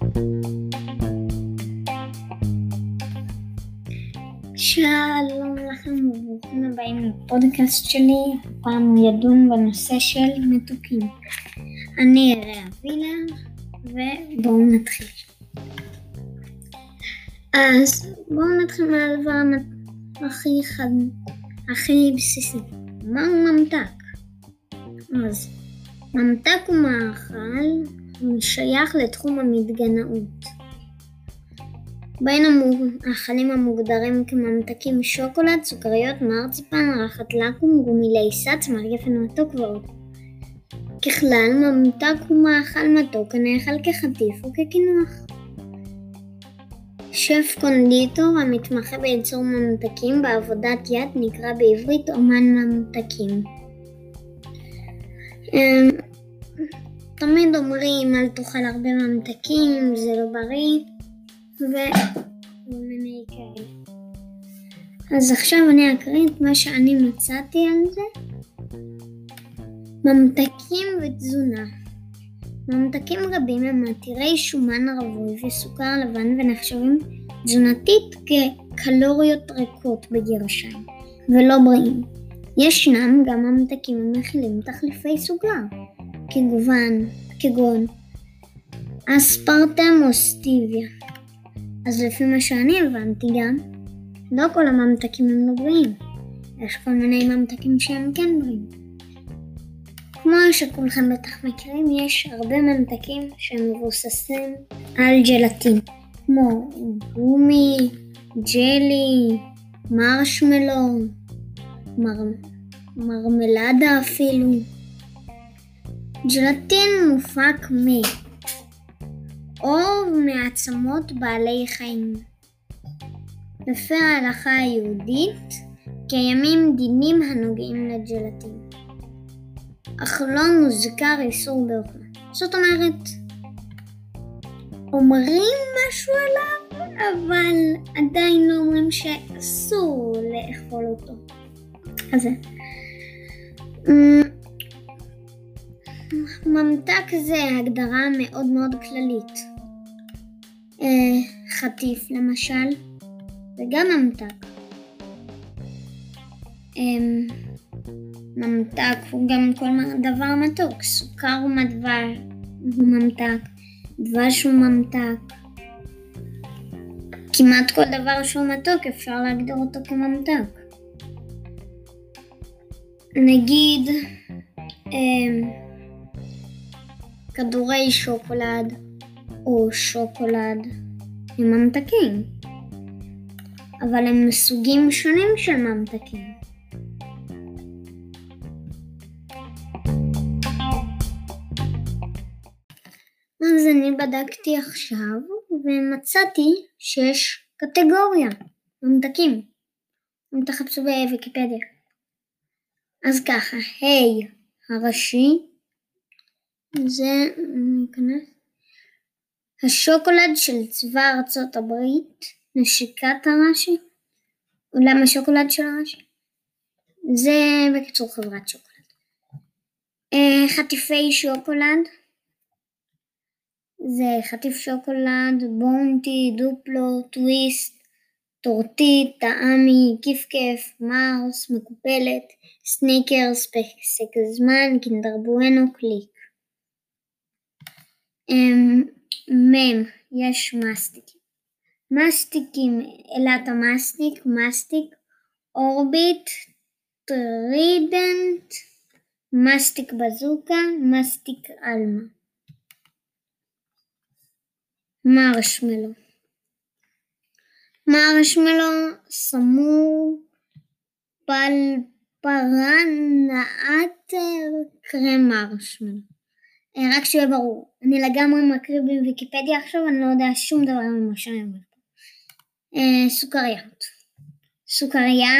שלום לכם וברוכים הבאים לפודקאסט שלי. הפעם ידון בנושא של מתוקים. אני ראה וילה ובואו נתחיל. אז בואו נתחיל מהדבר הכי בסיסי. מהו ממתק? אז ממתק הוא מאכל שייך לתחום המדגנאות. בין המאכלים המוגדרים כממתקים שוקולד, סוכריות, מרציפן, רחת לקום, גומי לעיסה, צמר גפן מתוק ועוד. ככלל, ממתק הוא מאכל מתוק הנאכל כחטיף או כקינוח. שף קונדיטור המתמחה בייצור ממתקים בעבודת יד נקרא בעברית אומן ממתקים. תמיד אומרים אל תאכל הרבה ממתקים, זה לא בריא. ומיני כאלה. אז עכשיו אני אקריא את מה שאני מצאתי על זה. ממתקים ותזונה. ממתקים רבים הם עתירי שומן רווי וסוכר לבן ונחשבים תזונתית כקלוריות ריקות בגרשיים ולא בריאים. ישנם גם ממתקים המכילים תחליפי סוכר כגון אספרטם או סטיביה. אז לפי מה שאני הבנתי גם, לא כל הממתקים הם לא בריאים. יש כל מיני ממתקים שהם כן בריאים. כמו שכולכם בטח מכירים, יש הרבה ממתקים שהם מבוססים על ג'לטין. כמו גומי, ג'לי, מרשמלו, מרמלדה אפילו. ג'לטין מופק או מעצמות בעלי חיים. לפי ההלכה היהודית קיימים דינים הנוגעים לג'לטין, אך לא מוזכר איסור באוכלה. זאת אומרת, אומרים משהו עליו, אבל עדיין לא אומרים שאסור לאכול אותו. אז ממתק זה הגדרה מאוד מאוד כללית. חטיף למשל, וגם ממתק. ממתק הוא גם כל דבר מתוק. סוכר הוא ממתק, דבש הוא ממתק. כמעט כל דבר שהוא מתוק אפשר להגדיר אותו כממתק. נגיד כדורי שוקולד או שוקולד הם ממתקים, אבל הם מסוגים שונים של ממתקים. אז אני בדקתי עכשיו ומצאתי שיש קטגוריה ממתקים. אם תחפשו בוויקיפדיה. אז ככה, הראשי זה השוקולד של צבא ארצות הברית, נשיקת הראשי. למה שוקולד של הראשי? זה בקיצור חברת שוקולד. חטיפי שוקולד, זה חטיף שוקולד, בונטי, דופלו, טוויסט, טורטית, טעמי, כיף, מרס, מקופלת, סניקרס, פסק זמן, קינדר בואנו, קליק. יש מסטיקים, אלת מסטיק, אורביט, טרידנט, מסטיק בזוקה, מסטיק אלמה. מרשמלו סמור, פלפרן, נעתר, קרם מרשמלו. רק שיהיה ברור, אני לגמרי מקריא בוויקיפדיה עכשיו, אני לא יודע שום דבר ממה שאני אומר פה. סוכריה,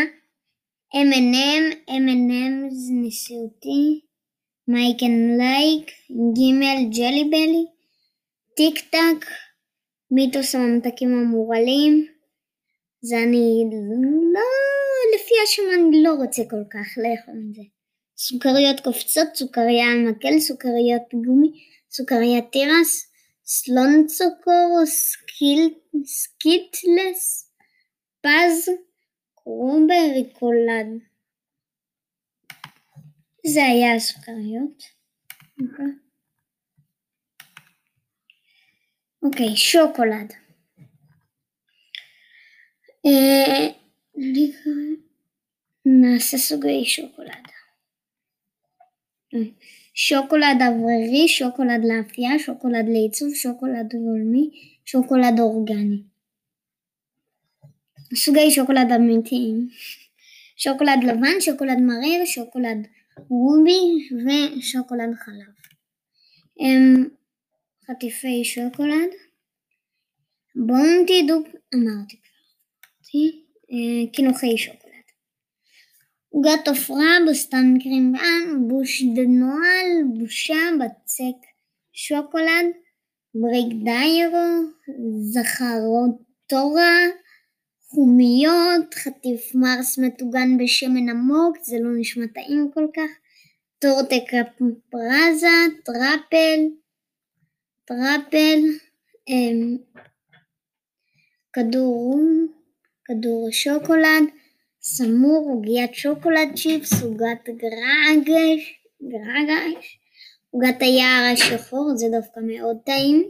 M&M נשיאותי, מייק אנד לייק, גימל, ג'לי בלי, טיק טק, מיתוס הממתקים המורלים. זה אני לא, לפי השם אני לא רוצה כל כך לאכול את זה. סוכריות קופצות, סוכריה על מקל, סוכריות גומי, סוכריית תירס, סלונצוקור, סקיטלס, פז, קרובר, ריקולד. זה היה הסוכריות. אוקיי, שוקולד. נעשה סוגי שוקולד. שוקולד אוורירי, שוקולד לאפייה, שוקולד לעיצוב, שוקולד גולמי, שוקולד אורגני. סוגי שוקולד אמיתיים. שוקולד לבן, שוקולד מריר, שוקולד רובי ושוקולד חלב. חטיפי שוקולד. בואו תדעו, אמרתי כבר. קינוחי שוקולד. עוגת עופרה, בוסתן קרימבן, בוש דנואל, בושה, בצק שוקולד, בריק דיירו, זכרוטורה, חומיות, חטיף מרס מטוגן בשמן עמוק, זה לא נשמע טעים כל כך, טורטה קפרזה, טראפל, כדור שוקולד, סמור, עוגיית שוקולד צ'יפס, עוגת גרגש, עוגת היער השחור, זה דווקא מאוד טעים,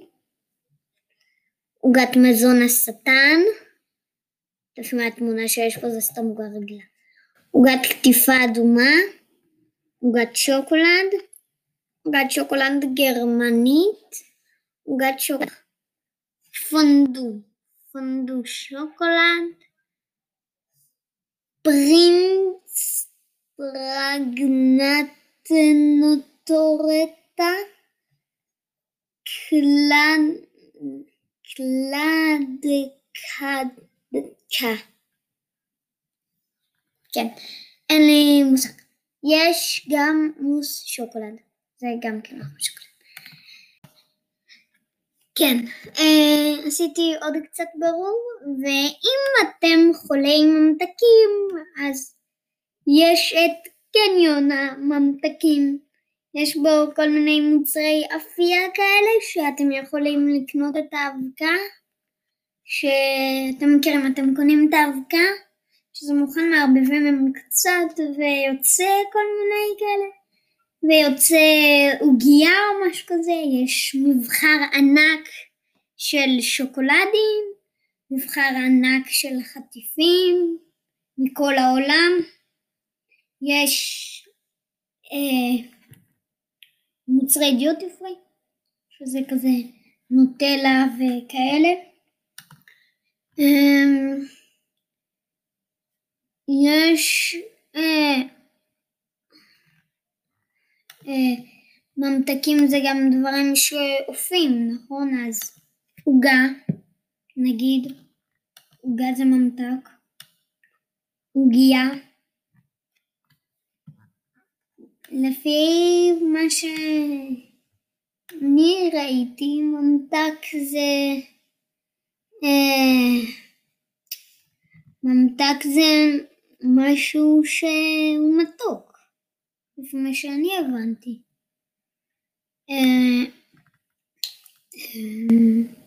עוגת מזון השטן, לפי מהתמונה שיש פה זה סתם עוגה רגילה, עוגת קטיפה אדומה, עוגת שוקולד גרמנית, עוגת פונדו שוקולד, פרינץ פרגנטנוטורטה, קלדקדקה. כן, אין לי מושג. יש גם מוס שוקולד, זה גם כן שוקולד. כן, עשיתי עוד קצת ברור, ואם אתם חולי ממתקים, אז יש את קניון הממתקים. יש בו כל מיני מוצרי אפייה כאלה, שאתם יכולים לקנות את האבקה, שאתם מכירים, אתם קונים את האבקה, שזה מוכן מערבבים קצת, ויוצא כל מיני כאלה, ויוצא עוגיה או משהו כזה, יש מבחר ענק של שוקולדים, מבחר ענק של חטיפים מכל העולם, יש מוצרי דיוטי פרי, שזה כזה נוטלה וכאלה, יש ממתקים זה גם דברים שאופים, נכון? אז עוגה, נגיד, עוגה זה ממתק, עוגיה, לפי מה שאני ראיתי, ממתק זה משהו שהוא מתוק, לפי מה שאני הבנתי.